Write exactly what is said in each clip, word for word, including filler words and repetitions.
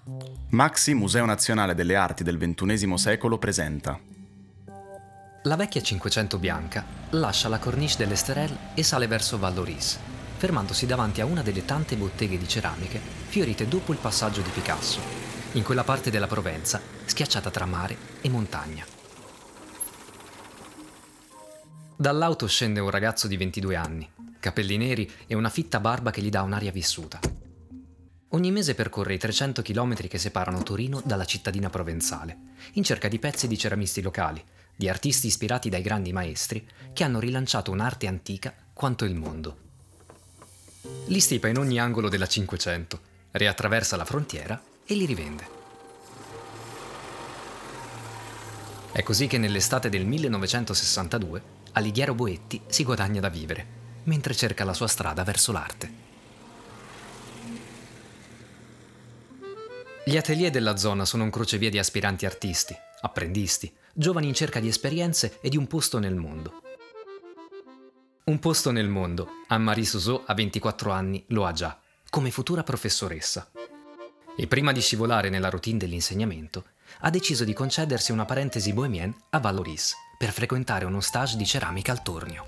Maxi, Museo Nazionale delle Arti del ventunesimo secolo presenta. La vecchia Cinquecento bianca lascia la cornice dell'Esterel e sale verso Val Loris, fermandosi davanti a una delle tante botteghe di ceramiche fiorite dopo il passaggio di Picasso, in quella parte della Provenza schiacciata tra mare e montagna. Dall'auto scende un ragazzo di ventidue anni, capelli neri e una fitta barba che gli dà un'aria vissuta. Ogni mese percorre i trecento chilometri che separano Torino dalla cittadina provenzale, in cerca di pezzi di ceramisti locali, di artisti ispirati dai grandi maestri che hanno rilanciato un'arte antica quanto il mondo. Li stipa in ogni angolo della Cinquecento, riattraversa la frontiera e li rivende. È così che nell'estate del millenovecentosessantadue Alighiero Boetti si guadagna da vivere, mentre cerca la sua strada verso l'arte. Gli atelier della zona sono un crocevia di aspiranti artisti, apprendisti, giovani in cerca di esperienze e di un posto nel mondo. Un posto nel mondo, Anne-Marie Soussault a ventiquattro anni lo ha già, come futura professoressa. E prima di scivolare nella routine dell'insegnamento, ha deciso di concedersi una parentesi bohemienne a Val Loris per frequentare uno stage di ceramica al tornio.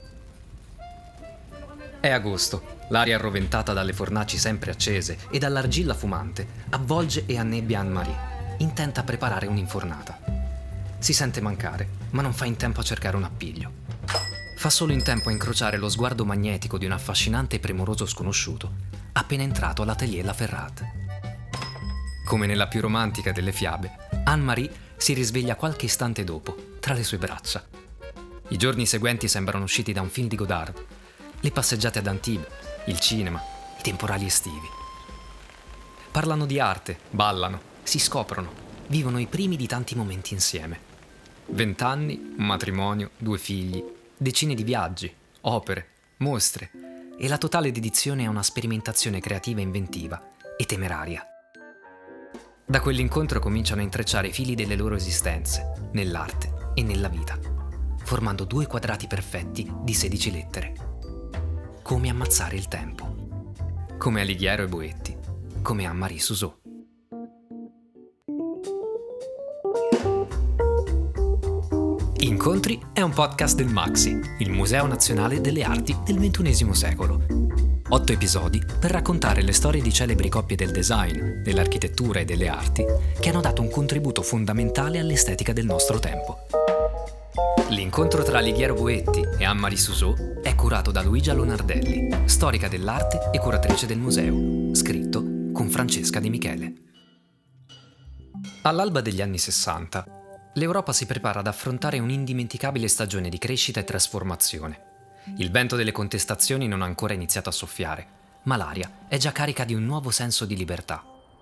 È agosto, l'aria arroventata dalle fornaci sempre accese e dall'argilla fumante avvolge e annebbia Anne-Marie, intenta a preparare un'infornata. Si sente mancare, ma non fa in tempo a cercare un appiglio. Fa solo in tempo a incrociare lo sguardo magnetico di un affascinante e premuroso sconosciuto, appena entrato all'atelier La Ferrate. Come nella più romantica delle fiabe, Anne-Marie si risveglia qualche istante dopo, tra le sue braccia. I giorni seguenti sembrano usciti da un film di Godard. Le passeggiate ad Antibes, il cinema, i temporali estivi. Parlano di arte, ballano, si scoprono, vivono i primi di tanti momenti insieme. Vent'anni, un matrimonio, due figli, decine di viaggi, opere, mostre e la totale dedizione a una sperimentazione creativa inventiva e temeraria. Da quell'incontro cominciano a intrecciare i fili delle loro esistenze, nell'arte e nella vita, formando due quadrati perfetti di sedici lettere. Come ammazzare il tempo. Come Alighiero e Boetti. Come Anne-Marie Soussault. Incontri è un podcast del Maxi, il Museo Nazionale delle Arti del ventunesimo secolo. Otto episodi per raccontare le storie di celebri coppie del design, dell'architettura e delle arti che hanno dato un contributo fondamentale all'estetica del nostro tempo. L'incontro tra Alighiero Boetti e Anne-Marie Soussault è curato da Luigia Lonardelli, storica dell'arte e curatrice del museo, scritto con Francesca De Michele. All'alba degli anni sessanta, l'Europa si prepara ad affrontare un'indimenticabile stagione di crescita e trasformazione. Il vento delle contestazioni non ha ancora iniziato a soffiare, ma l'aria è già carica di un nuovo senso di libertà.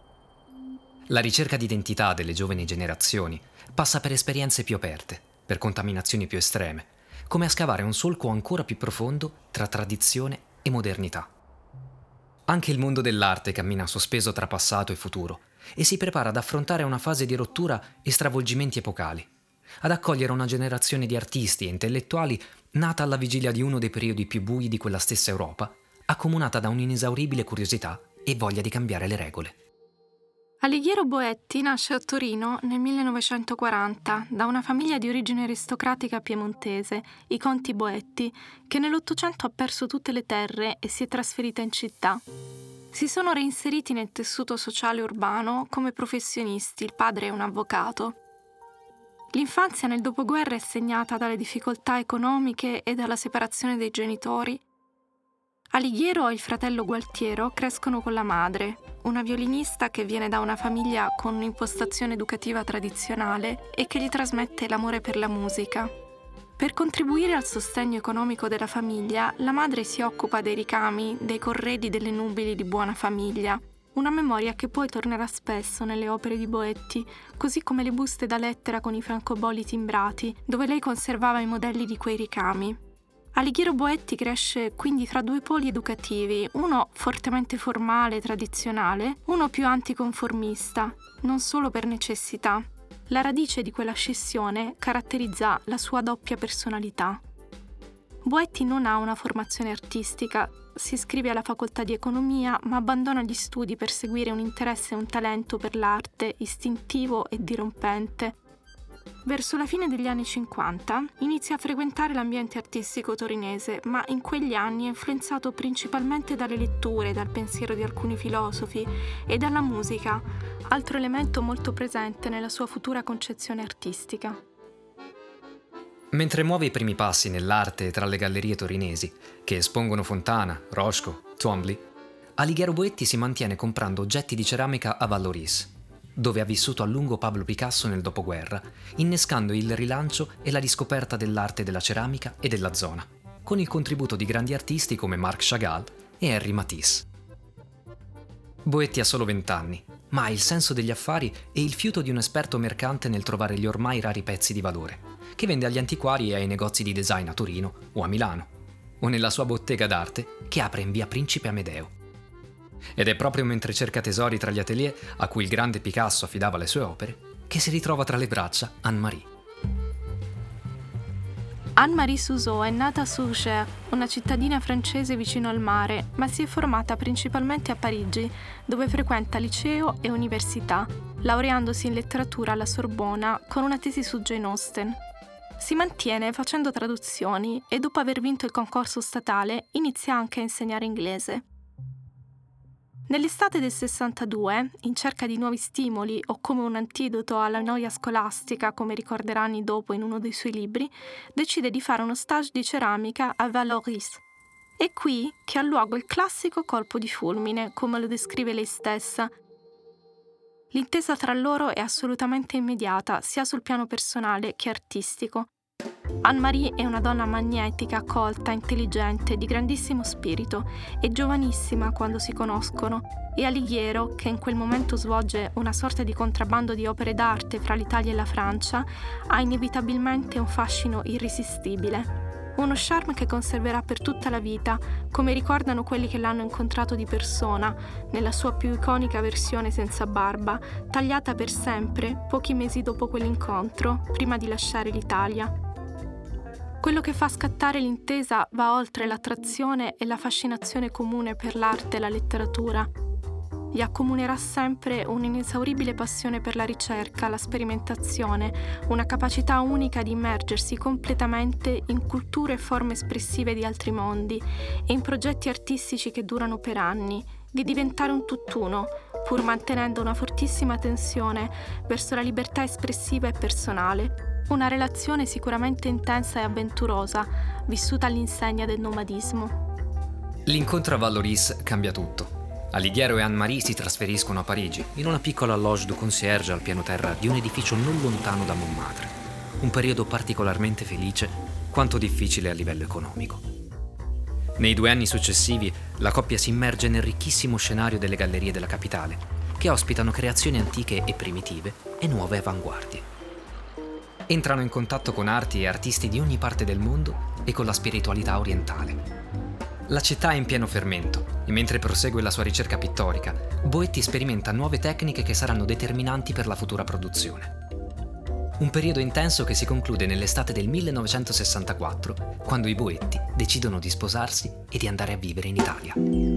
La ricerca di identità delle giovani generazioni passa per esperienze più aperte, per contaminazioni più estreme, come a scavare un solco ancora più profondo tra tradizione e modernità. Anche il mondo dell'arte cammina sospeso tra passato e futuro e si prepara ad affrontare una fase di rottura e stravolgimenti epocali, ad accogliere una generazione di artisti e intellettuali nata alla vigilia di uno dei periodi più bui di quella stessa Europa, accomunata da un'inesauribile curiosità e voglia di cambiare le regole. Alighiero Boetti nasce a Torino nel millenovecentoquaranta da una famiglia di origine aristocratica piemontese, i conti Boetti, che nell'Ottocento ha perso tutte le terre e si è trasferita in città. Si sono reinseriti nel tessuto sociale urbano come professionisti, il padre è un avvocato. L'infanzia nel dopoguerra è segnata dalle difficoltà economiche e dalla separazione dei genitori. Alighiero e il fratello Gualtiero crescono con la madre, una violinista che viene da una famiglia con un'impostazione educativa tradizionale e che gli trasmette l'amore per la musica. Per contribuire al sostegno economico della famiglia, la madre si occupa dei ricami, dei corredi delle nubili di buona famiglia, una memoria che poi tornerà spesso nelle opere di Boetti, così come le buste da lettera con i francobolli timbrati, dove lei conservava i modelli di quei ricami. Alighiero Boetti cresce quindi fra due poli educativi, uno fortemente formale e tradizionale, uno più anticonformista, non solo per necessità. La radice di quella scissione caratterizza la sua doppia personalità. Boetti non ha una formazione artistica, si iscrive alla facoltà di economia ma abbandona gli studi per seguire un interesse e un talento per l'arte istintivo e dirompente. Verso la fine degli anni cinquanta inizia a frequentare l'ambiente artistico torinese, ma in quegli anni è influenzato principalmente dalle letture, dal pensiero di alcuni filosofi e dalla musica, altro elemento molto presente nella sua futura concezione artistica. Mentre muove i primi passi nell'arte tra le gallerie torinesi, che espongono Fontana, Roscoe, Twombly, Alighiero Boetti si mantiene comprando oggetti di ceramica a Vallauris, dove ha vissuto a lungo Pablo Picasso nel dopoguerra, innescando il rilancio e la riscoperta dell'arte della ceramica e della zona, con il contributo di grandi artisti come Marc Chagall e Henri Matisse. Boetti ha solo vent'anni, ma ha il senso degli affari e il fiuto di un esperto mercante nel trovare gli ormai rari pezzi di valore, che vende agli antiquari e ai negozi di design a Torino o a Milano, o nella sua bottega d'arte che apre in via Principe Amedeo. Ed è proprio mentre cerca tesori tra gli atelier a cui il grande Picasso affidava le sue opere che si ritrova tra le braccia Anne-Marie. Anne-Marie Sousseau è nata a Sourgères, una cittadina francese vicino al mare, ma si è formata principalmente a Parigi, dove frequenta liceo e università, laureandosi in letteratura alla Sorbona con una tesi su Jane Austen. Si mantiene facendo traduzioni e dopo aver vinto il concorso statale inizia anche a insegnare inglese. Nell'estate del sessantadue, in cerca di nuovi stimoli o come un antidoto alla noia scolastica, come ricorderà anni dopo in uno dei suoi libri, decide di fare uno stage di ceramica a Vallauris. È qui che ha luogo il classico colpo di fulmine, come lo descrive lei stessa. L'intesa tra loro è assolutamente immediata, sia sul piano personale che artistico. Anne-Marie è una donna magnetica, colta, intelligente, di grandissimo spirito e giovanissima quando si conoscono, e Alighiero, che in quel momento svolge una sorta di contrabbando di opere d'arte fra l'Italia e la Francia, ha inevitabilmente un fascino irresistibile. Uno charme che conserverà per tutta la vita, come ricordano quelli che l'hanno incontrato di persona, nella sua più iconica versione senza barba, tagliata per sempre pochi mesi dopo quell'incontro, prima di lasciare l'Italia. Quello che fa scattare l'intesa va oltre l'attrazione e la fascinazione comune per l'arte e la letteratura. Gli accomunerà sempre un'inesauribile passione per la ricerca, la sperimentazione, una capacità unica di immergersi completamente in culture e forme espressive di altri mondi e in progetti artistici che durano per anni, di diventare un tutt'uno, pur mantenendo una fortissima tensione verso la libertà espressiva e personale. Una relazione sicuramente intensa e avventurosa, vissuta all'insegna del nomadismo. L'incontro a Vallauris cambia tutto. Alighiero e Anne-Marie si trasferiscono a Parigi, in una piccola loge du concierge al piano terra di un edificio non lontano da Montmartre. Un periodo particolarmente felice, quanto difficile a livello economico. Nei due anni successivi, la coppia si immerge nel ricchissimo scenario delle gallerie della capitale, che ospitano creazioni antiche e primitive e nuove avanguardie. Entrano in contatto con arti e artisti di ogni parte del mondo e con la spiritualità orientale. La città è in pieno fermento e mentre prosegue la sua ricerca pittorica, Boetti sperimenta nuove tecniche che saranno determinanti per la futura produzione. Un periodo intenso che si conclude nell'estate del millenovecentosessantaquattro, quando i Boetti decidono di sposarsi e di andare a vivere in Italia.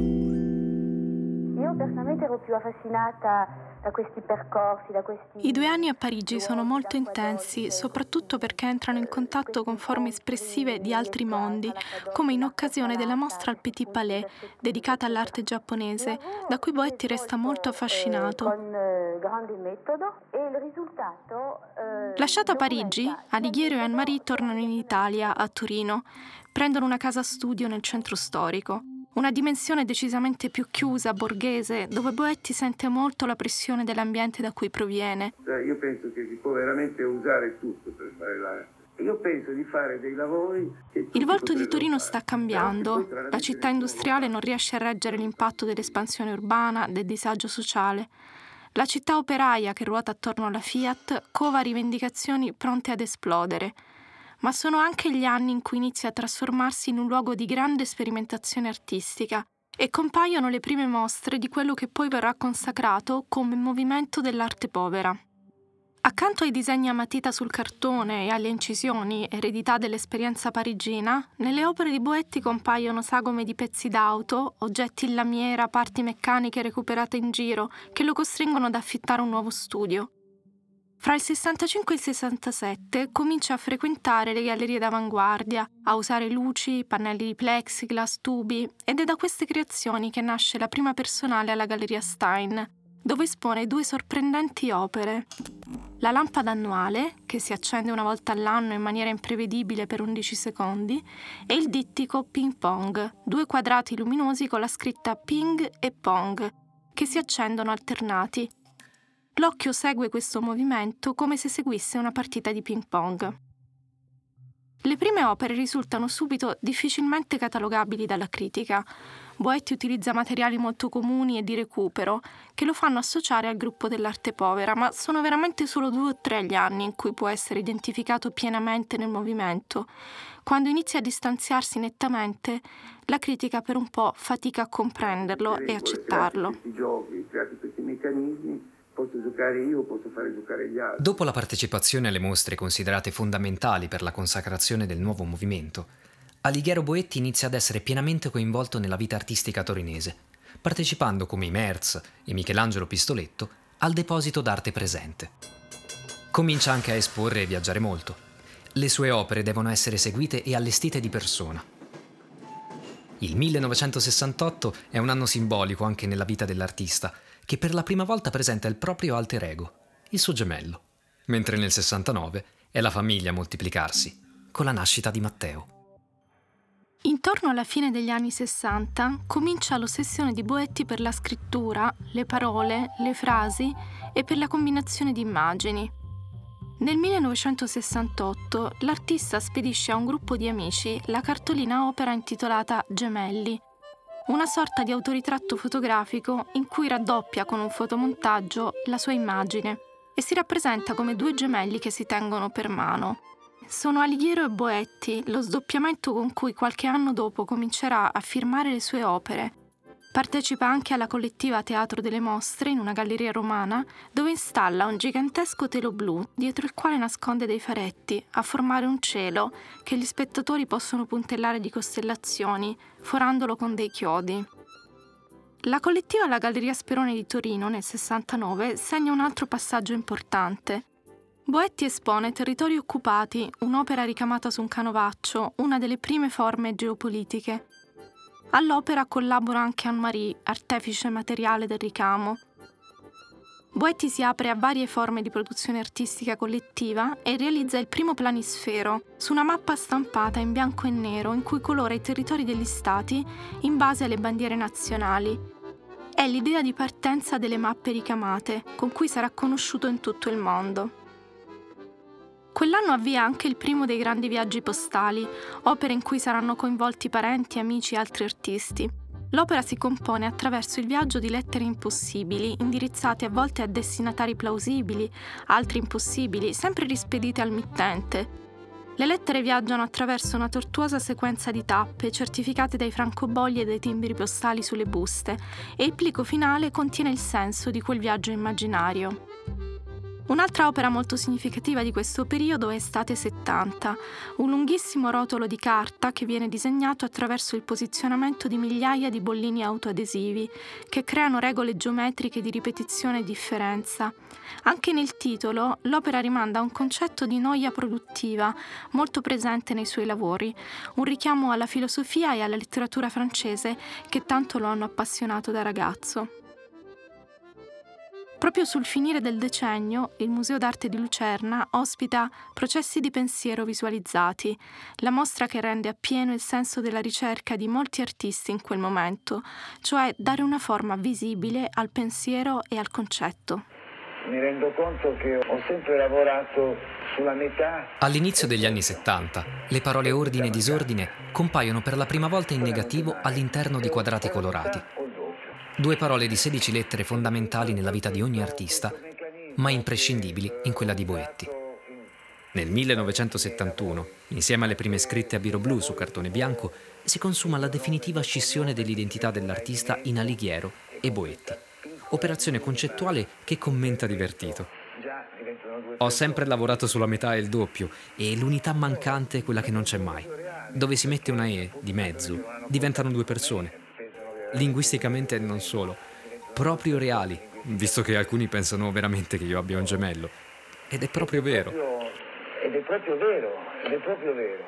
Io personalmente ero più affascinata da questi percorsi, da questi... I due anni a Parigi sono molto intensi, soprattutto perché entrano in contatto con forme espressive di altri mondi, come in occasione della mostra al Petit Palais, dedicata all'arte giapponese, da cui Boetti resta molto affascinato. Lasciata Parigi, Alighiero e Anne-Marie tornano in Italia, a Torino, prendono una casa studio nel centro storico. Una dimensione decisamente più chiusa, borghese, dove Boetti sente molto la pressione dell'ambiente da cui proviene. Io penso che si può veramente usare tutto per fare l'arte. Io penso di fare dei lavori che Il volto di Torino sta cambiando. La città industriale non riesce a reggere l'impatto dell'espansione urbana, del disagio sociale. La città operaia che ruota attorno alla Fiat cova rivendicazioni pronte ad esplodere. Ma sono anche gli anni in cui inizia a trasformarsi in un luogo di grande sperimentazione artistica e compaiono le prime mostre di quello che poi verrà consacrato come movimento dell'arte povera. Accanto ai disegni a matita sul cartone e alle incisioni, eredità dell'esperienza parigina, nelle opere di Boetti compaiono sagome di pezzi d'auto, oggetti in lamiera, parti meccaniche recuperate in giro, che lo costringono ad affittare un nuovo studio. Fra il sessantacinque e il sessantasette comincia a frequentare le gallerie d'avanguardia, a usare luci, pannelli di plexiglass, tubi, ed è da queste creazioni che nasce la prima personale alla Galleria Stein, dove espone due sorprendenti opere. La lampada annuale, che si accende una volta all'anno in maniera imprevedibile per undici secondi, e il dittico Ping Pong, due quadrati luminosi con la scritta Ping e Pong, che si accendono alternati. L'occhio segue questo movimento come se seguisse una partita di ping pong. Le prime opere risultano subito difficilmente catalogabili dalla critica. Boetti utilizza materiali molto comuni e di recupero che lo fanno associare al gruppo dell'arte povera, ma sono veramente solo due o tre gli anni in cui può essere identificato pienamente nel movimento. Quando inizia a distanziarsi nettamente, la critica per un po' fatica a comprenderlo e accettarlo. Questi giochi, creati questi meccanismi, posso giocare io, posso fare giocare gli altri. Dopo la partecipazione alle mostre considerate fondamentali per la consacrazione del nuovo movimento, Alighiero Boetti inizia ad essere pienamente coinvolto nella vita artistica torinese, partecipando come i Merz e Michelangelo Pistoletto al deposito d'arte presente. Comincia anche a esporre e viaggiare molto. Le sue opere devono essere seguite e allestite di persona. Il millenovecentosessantotto è un anno simbolico anche nella vita dell'artista, che per la prima volta presenta il proprio alter ego, il suo gemello, mentre nel sessantanove è la famiglia a moltiplicarsi, con la nascita di Matteo. Intorno alla fine degli anni sessanta comincia l'ossessione di Boetti per la scrittura, le parole, le frasi e per la combinazione di immagini. Nel millenovecentosessantotto l'artista spedisce a un gruppo di amici la cartolina opera intitolata Gemelli, una sorta di autoritratto fotografico in cui raddoppia con un fotomontaggio la sua immagine e si rappresenta come due gemelli che si tengono per mano. Sono Alighiero e Boetti lo sdoppiamento con cui qualche anno dopo comincerà a firmare le sue opere. Partecipa anche alla collettiva Teatro delle Mostre in una galleria romana dove installa un gigantesco telo blu dietro il quale nasconde dei faretti a formare un cielo che gli spettatori possono puntellare di costellazioni, forandolo con dei chiodi. La collettiva alla Galleria Sperone di Torino nel sessantanove segna un altro passaggio importante. Boetti espone Territori occupati, un'opera ricamata su un canovaccio, una delle prime forme geopolitiche. All'opera collabora anche Anne-Marie, artefice materiale del ricamo. Boetti si apre a varie forme di produzione artistica collettiva e realizza il primo planisfero, su una mappa stampata in bianco e nero in cui colora i territori degli stati in base alle bandiere nazionali. È l'idea di partenza delle mappe ricamate, con cui sarà conosciuto in tutto il mondo. Quell'anno avvia anche il primo dei grandi viaggi postali, opere in cui saranno coinvolti parenti, amici e altri artisti. L'opera si compone attraverso il viaggio di lettere impossibili, indirizzate a volte a destinatari plausibili, altri impossibili, sempre rispedite al mittente. Le lettere viaggiano attraverso una tortuosa sequenza di tappe, certificate dai francobolli e dai timbri postali sulle buste, e il plico finale contiene il senso di quel viaggio immaginario. Un'altra opera molto significativa di questo periodo è Estate settanta, un lunghissimo rotolo di carta che viene disegnato attraverso il posizionamento di migliaia di bollini autoadesivi che creano regole geometriche di ripetizione e differenza. Anche nel titolo l'opera rimanda a un concetto di noia produttiva molto presente nei suoi lavori, un richiamo alla filosofia e alla letteratura francese che tanto lo hanno appassionato da ragazzo. Proprio sul finire del decennio, il Museo d'Arte di Lucerna ospita Processi di pensiero visualizzati, la mostra che rende appieno il senso della ricerca di molti artisti in quel momento, cioè dare una forma visibile al pensiero e al concetto. Mi rendo conto che ho sempre lavorato sulla metà. All'inizio degli anni settanta, le parole ordine e disordine compaiono per la prima volta in negativo all'interno di quadrati colorati. Due parole di sedici lettere fondamentali nella vita di ogni artista, ma imprescindibili in quella di Boetti. Nel millenovecentosettantuno, insieme alle prime scritte a biro blu su cartone bianco, si consuma la definitiva scissione dell'identità dell'artista in Alighiero e Boetti. Operazione concettuale che commenta Divertito. Già diventano due Ho sempre lavorato sulla metà e il doppio, e l'unità mancante è quella che non c'è mai. Dove si mette una E di mezzo, diventano due persone. Linguisticamente non solo, proprio reali, visto che alcuni pensano veramente che io abbia un gemello. Ed è proprio vero. Ed è proprio vero, ed è proprio vero.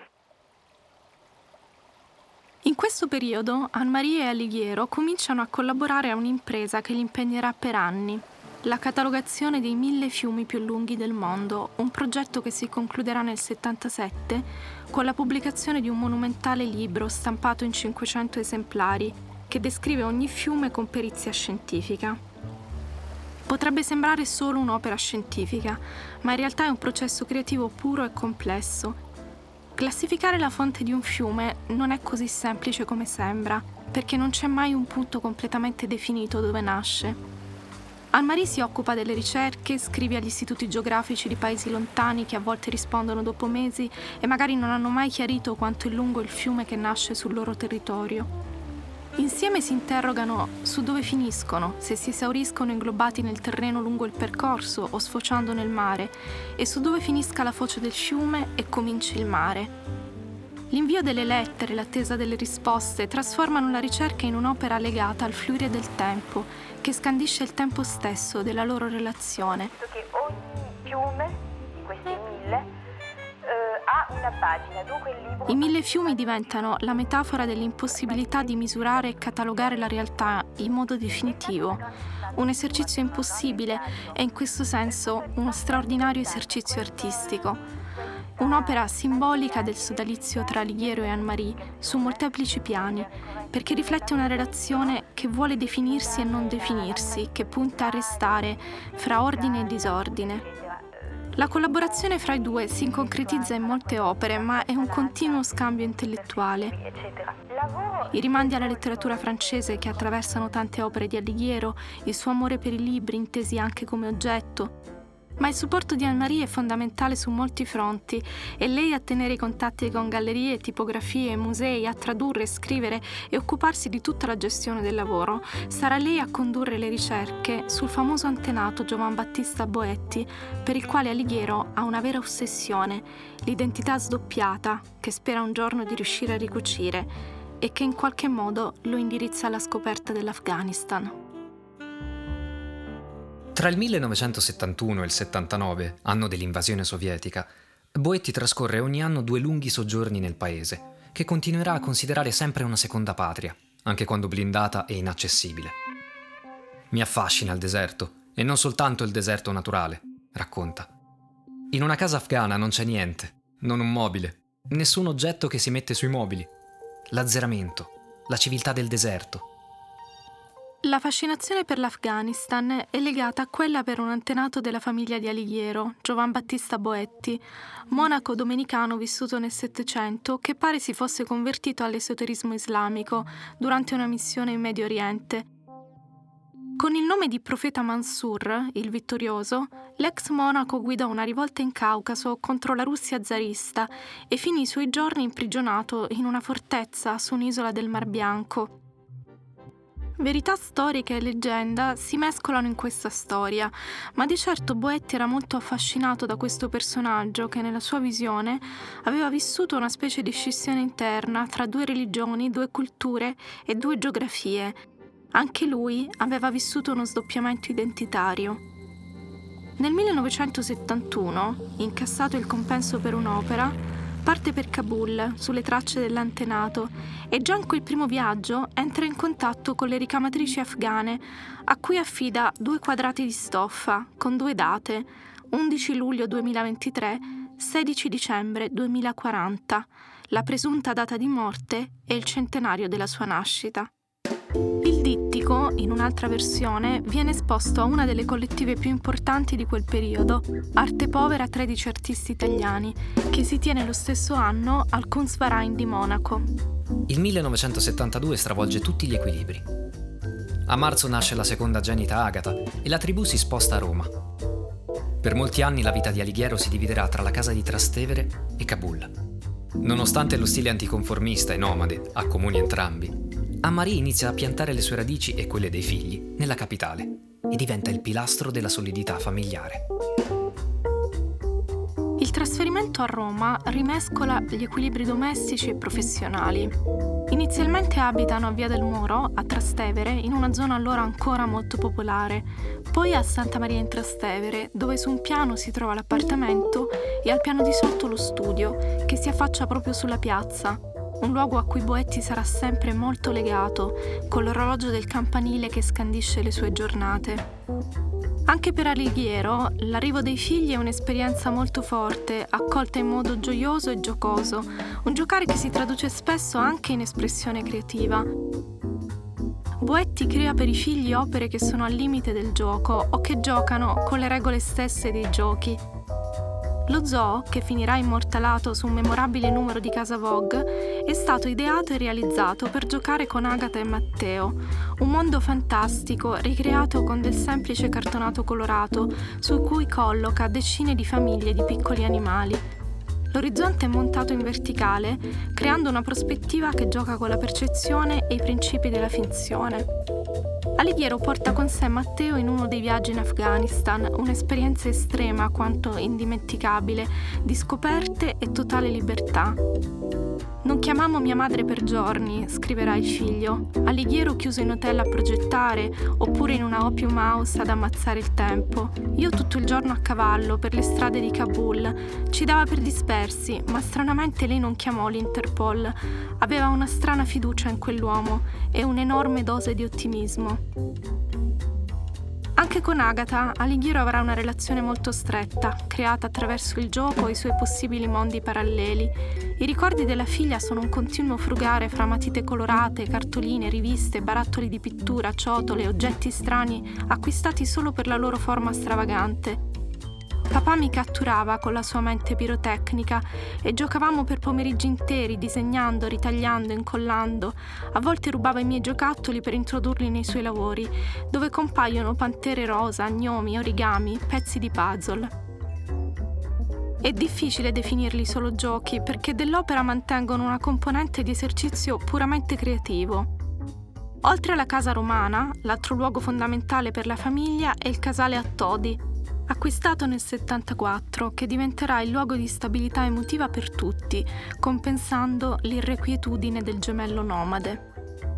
In questo periodo Anne-Marie e Alighiero cominciano a collaborare a un'impresa che li impegnerà per anni. La catalogazione dei mille fiumi più lunghi del mondo, un progetto che si concluderà nel settantasette con la pubblicazione di un monumentale libro stampato in cinquecento esemplari che descrive ogni fiume con perizia scientifica. Potrebbe sembrare solo un'opera scientifica, ma in realtà è un processo creativo puro e complesso. Classificare la fonte di un fiume non è così semplice come sembra, perché non c'è mai un punto completamente definito dove nasce. Anne-Marie si occupa delle ricerche, scrive agli istituti geografici di paesi lontani che a volte rispondono dopo mesi e magari non hanno mai chiarito quanto è lungo il fiume che nasce sul loro territorio. Insieme si interrogano su dove finiscono, se si esauriscono inglobati nel terreno lungo il percorso o sfociando nel mare, e su dove finisca la foce del fiume e cominci il mare. L'invio delle lettere e l'attesa delle risposte trasformano la ricerca in un'opera legata al fluire del tempo, che scandisce il tempo stesso della loro relazione. Che ogni fiume di questi mille eh, ha una pagina, dunque il libro... I mille fiumi diventano la metafora dell'impossibilità di misurare e catalogare la realtà in modo definitivo, un esercizio impossibile e in questo senso uno straordinario esercizio artistico. Un'opera simbolica del sodalizio tra Alighiero e Anne-Marie su molteplici piani, perché riflette una relazione che vuole definirsi e non definirsi, che punta a restare fra ordine e disordine. La collaborazione fra i due si concretizza in molte opere, ma è un continuo scambio intellettuale. I rimandi alla letteratura francese che attraversano tante opere di Alighiero, il suo amore per i libri intesi anche come oggetto. Ma il supporto di Anne-Marie è fondamentale su molti fronti, e lei a tenere i contatti con gallerie, tipografie, musei, a tradurre, scrivere e occuparsi di tutta la gestione del lavoro. Sarà lei a condurre le ricerche sul famoso antenato Giovan Battista Boetti, per il quale Alighiero ha una vera ossessione, l'identità sdoppiata che spera un giorno di riuscire a ricucire e che in qualche modo lo indirizza alla scoperta dell'Afghanistan. Tra il millenovecentosettantuno e il settantanove, anno dell'invasione sovietica, Boetti trascorre ogni anno due lunghi soggiorni nel paese, che continuerà a considerare sempre una seconda patria, anche quando blindata e inaccessibile. Mi affascina il deserto, e non soltanto il deserto naturale, racconta. In una casa afghana non c'è niente, non un mobile, nessun oggetto che si mette sui mobili. L'azzeramento, la civiltà del deserto. La fascinazione per l'Afghanistan è legata a quella per un antenato della famiglia di Alighiero, Giovan Battista Boetti, monaco domenicano vissuto nel Settecento che pare si fosse convertito all'esoterismo islamico durante una missione in Medio Oriente. Con il nome di profeta Mansur, il vittorioso, l'ex monaco guidò una rivolta in Caucaso contro la Russia zarista e finì i suoi giorni imprigionato in una fortezza su un'isola del Mar Bianco. Verità storica e leggenda si mescolano in questa storia, ma di certo Boetti era molto affascinato da questo personaggio che nella sua visione aveva vissuto una specie di scissione interna tra due religioni, due culture e due geografie. Anche lui aveva vissuto uno sdoppiamento identitario. Nel millenovecentosettantuno, incassato il compenso per un'opera, parte per Kabul, sulle tracce dell'antenato, e già in quel primo viaggio entra in contatto con le ricamatrici afghane, a cui affida due quadrati di stoffa, con due date, undici luglio duemilaventitré, sedici dicembre duemilaquaranta, la presunta data di morte e il centenario della sua nascita. Il dittico, in un'altra versione, viene esposto a una delle collettive più importanti di quel periodo, Arte Povera tredici artisti italiani, che si tiene lo stesso anno al Kunstverein di Monaco. Il millenovecentosettantadue stravolge tutti gli equilibri. A marzo nasce la seconda genita Agata e la tribù si sposta a Roma. Per molti anni la vita di Alighiero si dividerà tra la casa di Trastevere e Kabul. Nonostante lo stile anticonformista e nomade, accomuni entrambi, Anne-Marie inizia a piantare le sue radici e quelle dei figli nella capitale e diventa il pilastro della solidità familiare. trasferimento a Roma rimescola gli equilibri domestici e professionali. Inizialmente abitano a Via del Moro, a Trastevere, in una zona allora ancora molto popolare, poi a Santa Maria in Trastevere, dove su un piano si trova l'appartamento e al piano di sotto lo studio, che si affaccia proprio sulla piazza, un luogo a cui Boetti sarà sempre molto legato, con l'orologio del campanile che scandisce le sue giornate. Anche per Alighiero l'arrivo dei figli è un'esperienza molto forte, accolta in modo gioioso e giocoso, un giocare che si traduce spesso anche in espressione creativa. Boetti crea per i figli opere che sono al limite del gioco o che giocano con le regole stesse dei giochi. Lo zoo, che finirà immortalato su un memorabile numero di Casa Vogue, è stato ideato e realizzato per giocare con Agata e Matteo, un mondo fantastico ricreato con del semplice cartonato colorato su cui colloca decine di famiglie di piccoli animali. L'orizzonte è montato in verticale, creando una prospettiva che gioca con la percezione e i principi della finzione. Alighiero porta con sé Matteo in uno dei viaggi in Afghanistan, un'esperienza estrema quanto indimenticabile, di scoperte e totale libertà. Non chiamammo mia madre per giorni, scriverà il figlio. Alighiero chiuso in hotel a progettare, oppure in una opium house ad ammazzare il tempo. Io tutto il giorno a cavallo per le strade di Kabul. Ci dava per dispersi, ma stranamente lei non chiamò l'Interpol. Aveva una strana fiducia in quell'uomo e un'enorme dose di ottimismo. Anche con Agata, Alighiero avrà una relazione molto stretta, creata attraverso il gioco e i suoi possibili mondi paralleli. I ricordi della figlia sono un continuo frugare fra matite colorate, cartoline, riviste, barattoli di pittura, ciotole, oggetti strani acquistati solo per la loro forma stravagante. Papà mi catturava con la sua mente pirotecnica e giocavamo per pomeriggi interi, disegnando, ritagliando, incollando. A volte rubava i miei giocattoli per introdurli nei suoi lavori, dove compaiono pantere rosa, gnomi, origami, pezzi di puzzle. È difficile definirli solo giochi perché dell'opera mantengono una componente di esercizio puramente creativo. Oltre alla casa romana, l'altro luogo fondamentale per la famiglia è il casale a Todi, acquistato nel settantaquattro, che diventerà il luogo di stabilità emotiva per tutti, compensando l'irrequietudine del gemello nomade.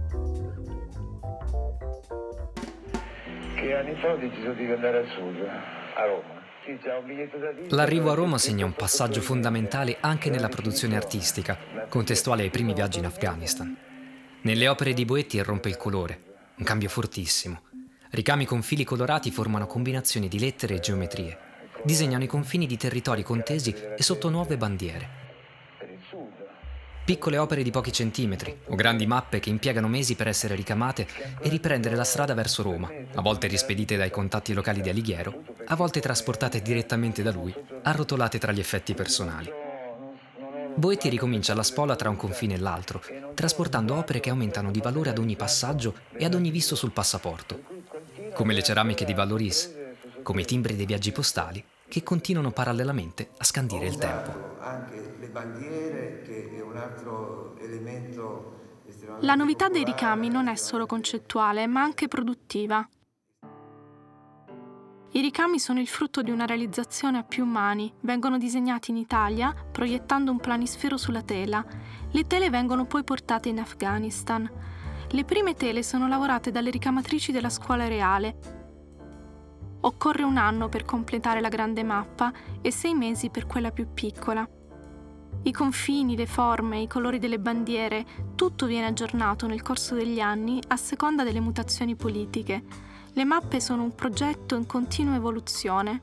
Che anni fa ho deciso di andare al sud, a Roma. Sì, c'è un biglietto da visita. L'arrivo a Roma segna un passaggio fondamentale anche nella produzione artistica, contestuale ai primi viaggi in Afghanistan. Nelle opere di Boetti irrompe il colore, un cambio fortissimo. Ricami con fili colorati formano combinazioni di lettere e geometrie. Disegnano i confini di territori contesi e sotto nuove bandiere. Piccole opere di pochi centimetri o grandi mappe che impiegano mesi per essere ricamate e riprendere la strada verso Roma, a volte rispedite dai contatti locali di Alighiero, a volte trasportate direttamente da lui, arrotolate tra gli effetti personali. Boetti ricomincia la spola tra un confine e l'altro, trasportando opere che aumentano di valore ad ogni passaggio e ad ogni visto sul passaporto, come le ceramiche di Vallauris, come i timbri dei viaggi postali che continuano parallelamente a scandire il tempo. Anche le bandiere, che è un altro elemento estremamente. La novità dei ricami non è solo concettuale, ma anche produttiva. I ricami sono il frutto di una realizzazione a più mani, vengono disegnati in Italia proiettando un planisfero sulla tela. Le tele vengono poi portate in Afghanistan. Le prime tele sono lavorate dalle ricamatrici della scuola reale. Occorre un anno per completare la grande mappa e sei mesi per quella più piccola. I confini, le forme, i colori delle bandiere, tutto viene aggiornato nel corso degli anni a seconda delle mutazioni politiche. Le mappe sono un progetto in continua evoluzione.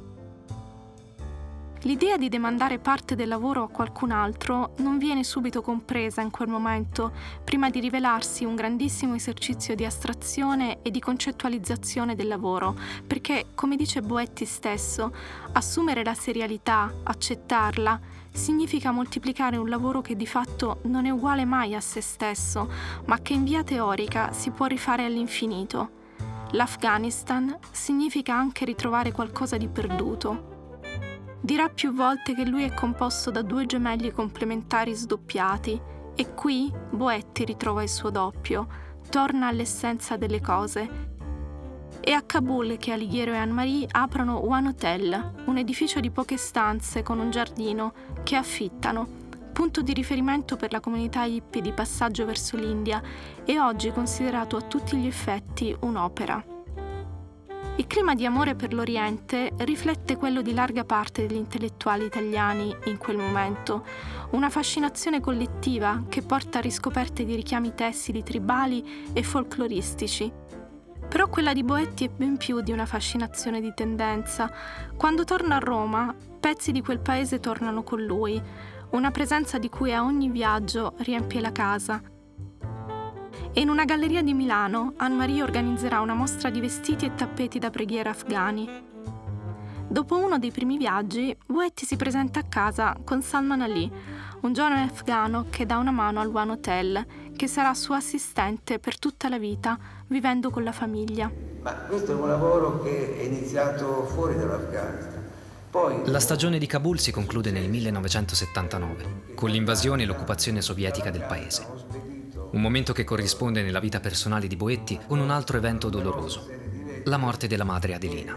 L'idea di demandare parte del lavoro a qualcun altro non viene subito compresa in quel momento, prima di rivelarsi un grandissimo esercizio di astrazione e di concettualizzazione del lavoro, perché, come dice Boetti stesso, assumere la serialità, accettarla, significa moltiplicare un lavoro che di fatto non è uguale mai a se stesso, ma che in via teorica si può rifare all'infinito. L'Afghanistan significa anche ritrovare qualcosa di perduto. Dirà più volte che lui è composto da due gemelli complementari sdoppiati e qui Boetti ritrova il suo doppio, torna all'essenza delle cose. È a Kabul che Alighiero e Anne-Marie aprono One Hotel, un edificio di poche stanze con un giardino che affittano, punto di riferimento per la comunità hippie di passaggio verso l'India e oggi considerato a tutti gli effetti un'opera. Il clima di amore per l'Oriente riflette quello di larga parte degli intellettuali italiani in quel momento, una fascinazione collettiva che porta a riscoperte di richiami tessili tribali e folcloristici. Però quella di Boetti è ben più di una fascinazione di tendenza. Quando torna a Roma, pezzi di quel paese tornano con lui, una presenza di cui a ogni viaggio riempie la casa. E in una galleria di Milano, Anne-Marie organizzerà una mostra di vestiti e tappeti da preghiera afghani. Dopo uno dei primi viaggi, Boetti si presenta a casa con Salman Ali, un giovane afghano che dà una mano al One Hotel, che sarà suo assistente per tutta la vita, vivendo con la famiglia. Ma questo è un lavoro che è iniziato fuori dall'Afghanistan. Poi... La stagione di Kabul si conclude nel millenovecentosettantanove, con l'invasione e l'occupazione sovietica del paese. Un momento che corrisponde nella vita personale di Boetti con un altro evento doloroso, la morte della madre Adelina.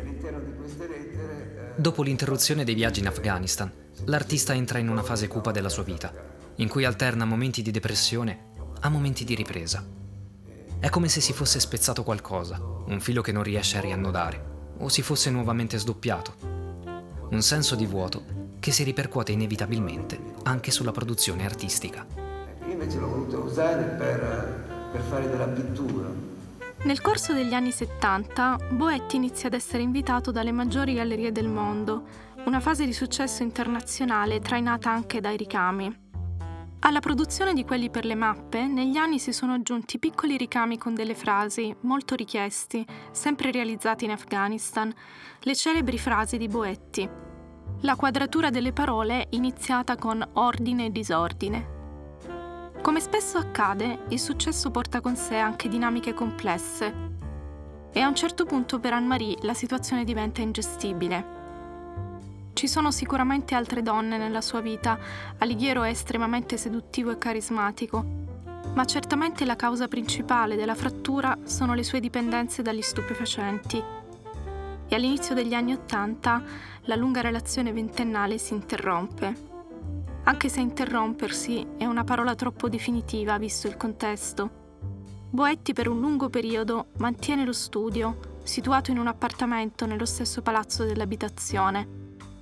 Dopo l'interruzione dei viaggi in Afghanistan, l'artista entra in una fase cupa della sua vita, in cui alterna momenti di depressione a momenti di ripresa. È come se si fosse spezzato qualcosa, un filo che non riesce a riannodare, o si fosse nuovamente sdoppiato. Un senso di vuoto che si ripercuote inevitabilmente anche sulla produzione artistica. Io invece l'ho voluto usare per, per fare della pittura. Nel corso degli anni settanta, Boetti inizia ad essere invitato dalle maggiori gallerie del mondo, una fase di successo internazionale trainata anche dai ricami. Alla produzione di quelli per le mappe, negli anni si sono aggiunti piccoli ricami con delle frasi, molto richiesti, sempre realizzati in Afghanistan, le celebri frasi di Boetti. La quadratura delle parole iniziata con ordine e disordine. Come spesso accade, il successo porta con sé anche dinamiche complesse e a un certo punto per Anne-Marie la situazione diventa ingestibile. Ci sono sicuramente altre donne nella sua vita, Alighiero è estremamente seduttivo e carismatico, ma certamente la causa principale della frattura sono le sue dipendenze dagli stupefacenti. E all'inizio degli anni Ottanta la lunga relazione ventennale si interrompe. Anche se interrompersi è una parola troppo definitiva visto il contesto. Boetti per un lungo periodo mantiene lo studio, situato in un appartamento nello stesso palazzo dell'abitazione.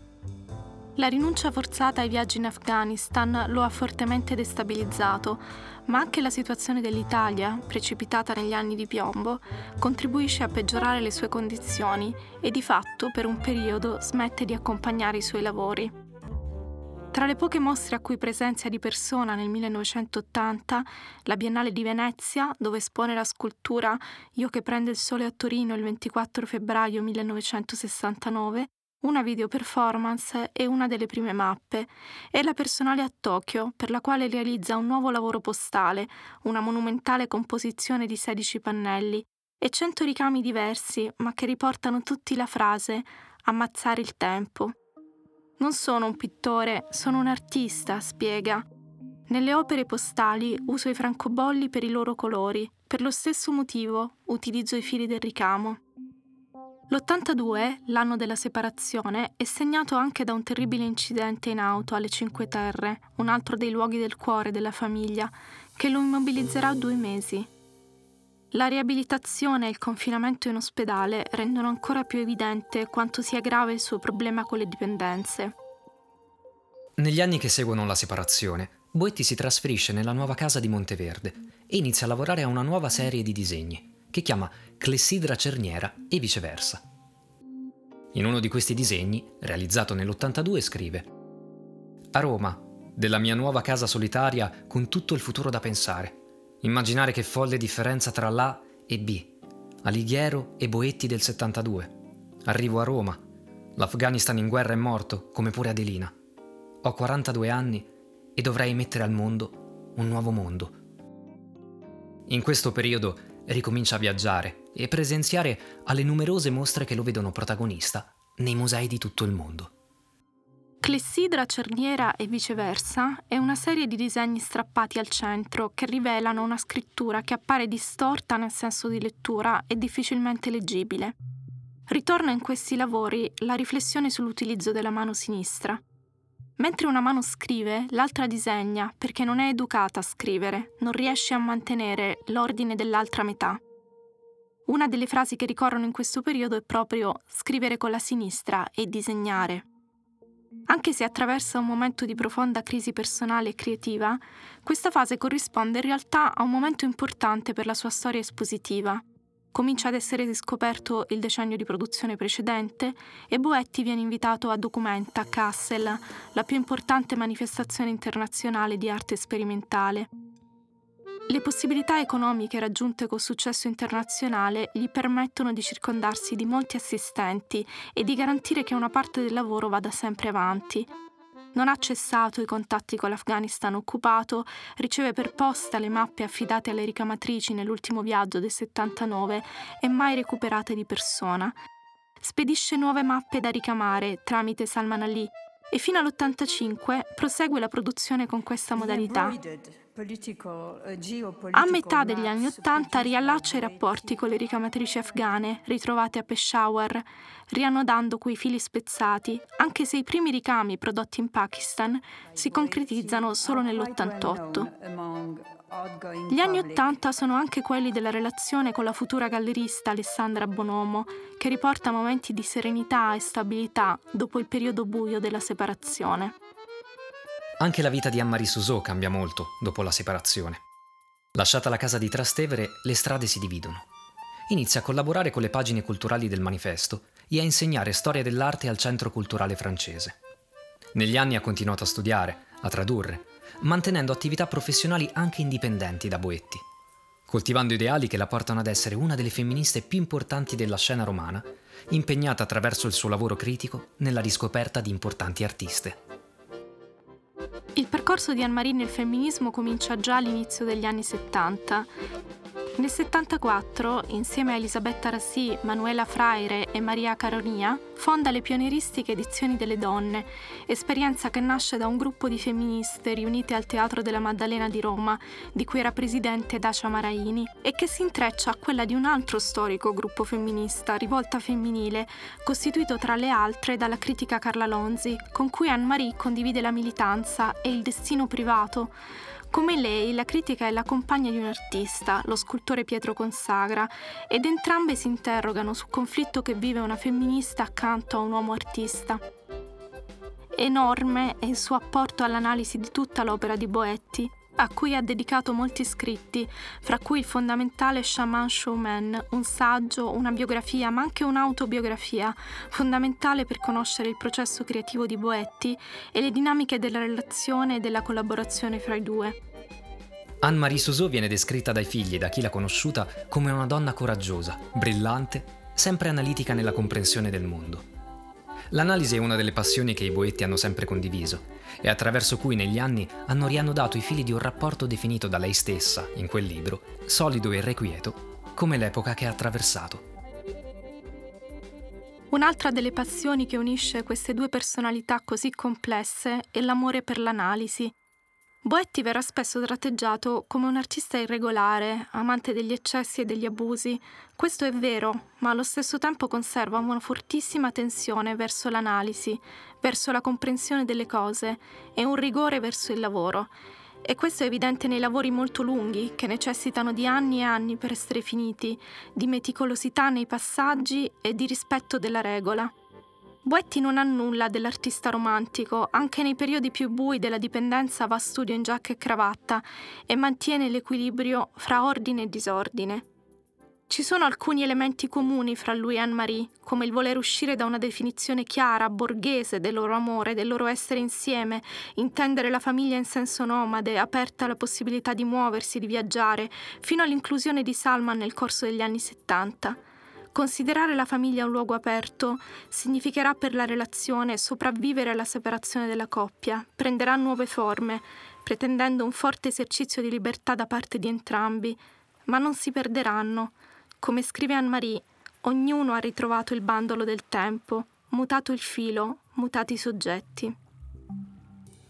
La rinuncia forzata ai viaggi in Afghanistan lo ha fortemente destabilizzato, ma anche la situazione dell'Italia, precipitata negli anni di piombo, contribuisce a peggiorare le sue condizioni e di fatto per un periodo smette di accompagnare i suoi lavori. Tra le poche mostre a cui presenzia di persona nel millenovecentottanta, la Biennale di Venezia, dove espone la scultura Io che prendo il sole a Torino il ventiquattro febbraio millenovecentosessantanove, una video performance e una delle prime mappe, e la personale a Tokyo, per la quale realizza un nuovo lavoro postale, una monumentale composizione di sedici pannelli, e cento ricami diversi, ma che riportano tutti la frase «ammazzare il tempo». Non sono un pittore, sono un artista, spiega. Nelle opere postali uso i francobolli per i loro colori, per lo stesso motivo utilizzo i fili del ricamo. L'ottantadue, l'anno della separazione, è segnato anche da un terribile incidente in auto alle Cinque Terre, un altro dei luoghi del cuore della famiglia, che lo immobilizzerà due mesi. La riabilitazione e il confinamento in ospedale rendono ancora più evidente quanto sia grave il suo problema con le dipendenze. Negli anni che seguono la separazione, Boetti si trasferisce nella nuova casa di Monteverde e inizia a lavorare a una nuova serie di disegni, che chiama Clessidra Cerniera e viceversa. In uno di questi disegni, realizzato nell'ottantadue, scrive: «A Roma, della mia nuova casa solitaria con tutto il futuro da pensare. Immaginare che folle differenza tra l'A e B, Alighiero e Boetti del settantadue. Arrivo a Roma. L'Afghanistan in guerra è morto, come pure Adelina. Ho quarantadue anni e dovrei mettere al mondo un nuovo mondo». In questo periodo ricomincia a viaggiare e presenziare alle numerose mostre che lo vedono protagonista nei musei di tutto il mondo. Clessidra, cerniera e viceversa è una serie di disegni strappati al centro che rivelano una scrittura che appare distorta nel senso di lettura e difficilmente leggibile. Ritorna in questi lavori la riflessione sull'utilizzo della mano sinistra. Mentre una mano scrive, l'altra disegna perché non è educata a scrivere, non riesce a mantenere l'ordine dell'altra metà. Una delle frasi che ricorrono in questo periodo è proprio scrivere con la sinistra e disegnare. Anche se attraversa un momento di profonda crisi personale e creativa, questa fase corrisponde in realtà a un momento importante per la sua storia espositiva. Comincia ad essere riscoperto il decennio di produzione precedente e Boetti viene invitato a Documenta, Kassel, la più importante manifestazione internazionale di arte sperimentale. Le possibilità economiche raggiunte col successo internazionale gli permettono di circondarsi di molti assistenti e di garantire che una parte del lavoro vada sempre avanti. Non ha cessato i contatti con l'Afghanistan occupato, riceve per posta le mappe affidate alle ricamatrici nell'ultimo viaggio del settantanove e mai recuperate di persona. Spedisce nuove mappe da ricamare tramite Salman Ali e fino all'ottantacinque prosegue la produzione con questa modalità. A metà degli anni Ottanta riallaccia i rapporti con le ricamatrici afghane ritrovate a Peshawar, riannodando quei fili spezzati, anche se i primi ricami prodotti in Pakistan si concretizzano solo nell'ottantotto. Gli anni Ottanta sono anche quelli della relazione con la futura gallerista Alessandra Bonomo, che riporta momenti di serenità e stabilità dopo il periodo buio della separazione. Anche la vita di Anne-Marie Soussault cambia molto dopo la separazione. Lasciata la casa di Trastevere, le strade si dividono. Inizia a collaborare con le pagine culturali del Manifesto e a insegnare storia dell'arte al Centro Culturale francese. Negli anni ha continuato a studiare, a tradurre, mantenendo attività professionali anche indipendenti da Boetti, coltivando ideali che la portano ad essere una delle femministe più importanti della scena romana, impegnata attraverso il suo lavoro critico nella riscoperta di importanti artiste. Il percorso di Anne-Marie nel femminismo comincia già all'inizio degli anni settanta. Nel settantaquattro, insieme a Elisabetta Rassi, Manuela Fraire e Maria Caronia, fonda le pionieristiche Edizioni delle Donne, esperienza che nasce da un gruppo di femministe riunite al Teatro della Maddalena di Roma, di cui era presidente Dacia Maraini, e che si intreccia a quella di un altro storico gruppo femminista, Rivolta Femminile, costituito tra le altre dalla critica Carla Lonzi, con cui Anne-Marie condivide la militanza e il destino privato. Come lei, la critica è la compagna di un artista, lo scultore Pietro Consagra, ed entrambe si interrogano sul conflitto che vive una femminista accanto a un uomo artista. Enorme è il suo apporto all'analisi di tutta l'opera di Boetti, a cui ha dedicato molti scritti, fra cui il fondamentale Shaman Showman, un saggio, una biografia, ma anche un'autobiografia, fondamentale per conoscere il processo creativo di Boetti e le dinamiche della relazione e della collaborazione fra i due. Anne-Marie Soussault viene descritta dai figli e da chi l'ha conosciuta come una donna coraggiosa, brillante, sempre analitica nella comprensione del mondo. L'analisi è una delle passioni che i Boetti hanno sempre condiviso e attraverso cui negli anni hanno riannodato i fili di un rapporto definito da lei stessa, in quel libro, solido e irrequieto, come l'epoca che ha attraversato. Un'altra delle passioni che unisce queste due personalità così complesse è l'amore per l'analisi. Boetti verrà spesso tratteggiato come un artista irregolare, amante degli eccessi e degli abusi. Questo è vero, ma allo stesso tempo conserva una fortissima tensione verso l'analisi, verso la comprensione delle cose e un rigore verso il lavoro. E questo è evidente nei lavori molto lunghi, che necessitano di anni e anni per essere finiti, di meticolosità nei passaggi e di rispetto della regola. Boetti non ha nulla dell'artista romantico, anche nei periodi più bui della dipendenza va a studio in giacca e cravatta e mantiene l'equilibrio fra ordine e disordine. Ci sono alcuni elementi comuni fra lui e Anne-Marie, come il voler uscire da una definizione chiara, borghese del loro amore, del loro essere insieme, intendere la famiglia in senso nomade, aperta alla possibilità di muoversi, di viaggiare, fino all'inclusione di Salman nel corso degli anni settanta. Considerare la famiglia un luogo aperto significherà per la relazione sopravvivere alla separazione della coppia, prenderà nuove forme, pretendendo un forte esercizio di libertà da parte di entrambi, ma non si perderanno. Come scrive Anne-Marie, ognuno ha ritrovato il bandolo del tempo, mutato il filo, mutati i soggetti.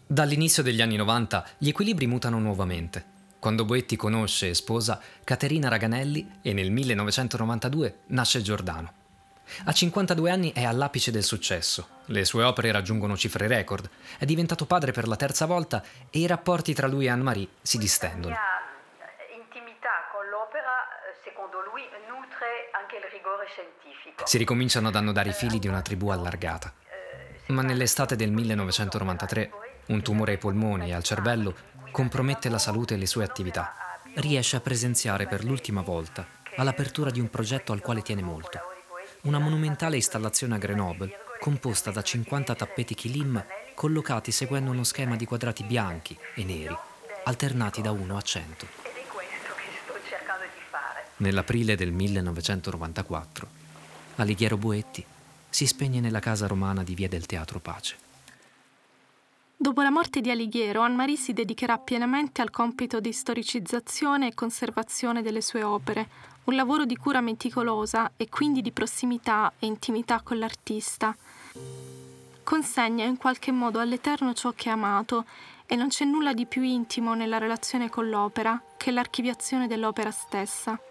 Dall'inizio degli anni novanta gli equilibri mutano nuovamente, quando Boetti conosce e sposa Caterina Raganelli e nel millenovecentonovantadue nasce Giordano. A cinquantadue anni è all'apice del successo, le sue opere raggiungono cifre record, è diventato padre per la terza volta e i rapporti tra lui e Anne-Marie si distendono. La mia intimità con l'opera, secondo lui, nutre anche il rigore scientifico. Si ricominciano ad annodare i fili di una tribù allargata. Ma nell'estate del millenovecentonovantatré un tumore ai polmoni e al cervello compromette la salute e le sue attività. Riesce a presenziare per l'ultima volta all'apertura di un progetto al quale tiene molto. Una monumentale installazione a Grenoble composta da cinquanta tappeti kilim collocati seguendo uno schema di quadrati bianchi e neri, alternati da uno a cento. Ed è questo che sto cercando di fare. Nell'aprile del millenovecentonovantaquattro, Alighiero Boetti si spegne nella casa romana di Via del Teatro Pace. Dopo la morte di Alighiero, Anne-Marie si dedicherà pienamente al compito di storicizzazione e conservazione delle sue opere, un lavoro di cura meticolosa e quindi di prossimità e intimità con l'artista. Consegna in qualche modo all'Eterno ciò che ha amato e non c'è nulla di più intimo nella relazione con l'opera che l'archiviazione dell'opera stessa.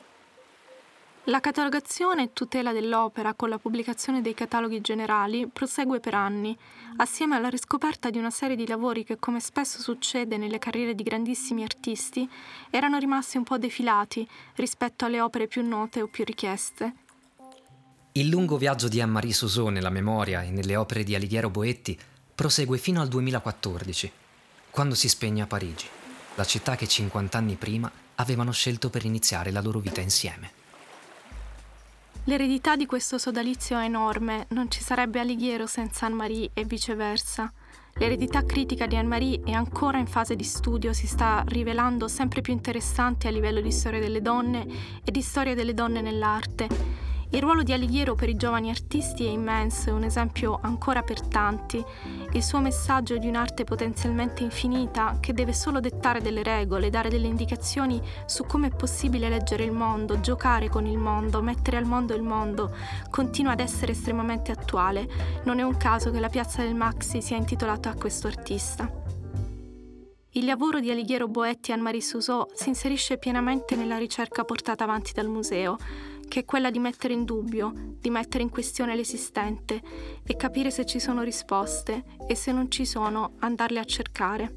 La catalogazione e tutela dell'opera con la pubblicazione dei cataloghi generali prosegue per anni, assieme alla riscoperta di una serie di lavori che, come spesso succede nelle carriere di grandissimi artisti, erano rimasti un po' defilati rispetto alle opere più note o più richieste. Il lungo viaggio di Anne-Marie Sauzot nella memoria e nelle opere di Alighiero Boetti prosegue fino al duemilaquattordici, quando si spegne a Parigi, la città che cinquant'anni prima avevano scelto per iniziare la loro vita insieme. L'eredità di questo sodalizio è enorme, non ci sarebbe Alighiero senza Anne-Marie e viceversa. L'eredità critica di Anne-Marie è ancora in fase di studio, si sta rivelando sempre più interessante a livello di storia delle donne e di storia delle donne nell'arte. Il ruolo di Alighiero per i giovani artisti è immenso, è un esempio ancora per tanti. Il suo messaggio è di un'arte potenzialmente infinita che deve solo dettare delle regole, dare delle indicazioni su come è possibile leggere il mondo, giocare con il mondo, mettere al mondo il mondo. Continua ad essere estremamente attuale. Non è un caso che la piazza del Maxi sia intitolata a questo artista. Il lavoro di Alighiero Boetti e Anne-Marie Sauzot si inserisce pienamente nella ricerca portata avanti dal museo, che è quella di mettere in dubbio, di mettere in questione l'esistente e capire se ci sono risposte e se non ci sono, andarle a cercare.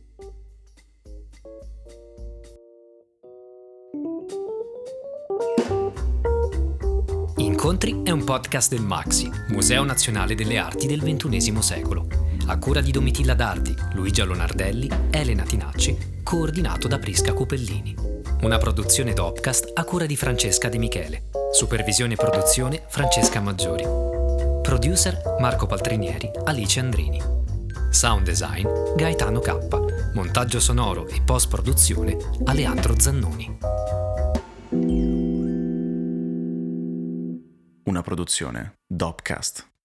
Incontri è un podcast del Maxi, Museo Nazionale delle Arti del ventunesimo secolo, a cura di Domitilla Dardi, Luigia Lonardelli, Elena Tinacci, coordinato da Prisca Cupellini. Una produzione Dopcast a cura di Francesca De Michele. Supervisione e produzione Francesca Maggiori. Producer Marco Paltrinieri, Alice Andrini. Sound design Gaetano K. Montaggio sonoro e post-produzione Aleandro Zannoni. Una produzione Dopcast.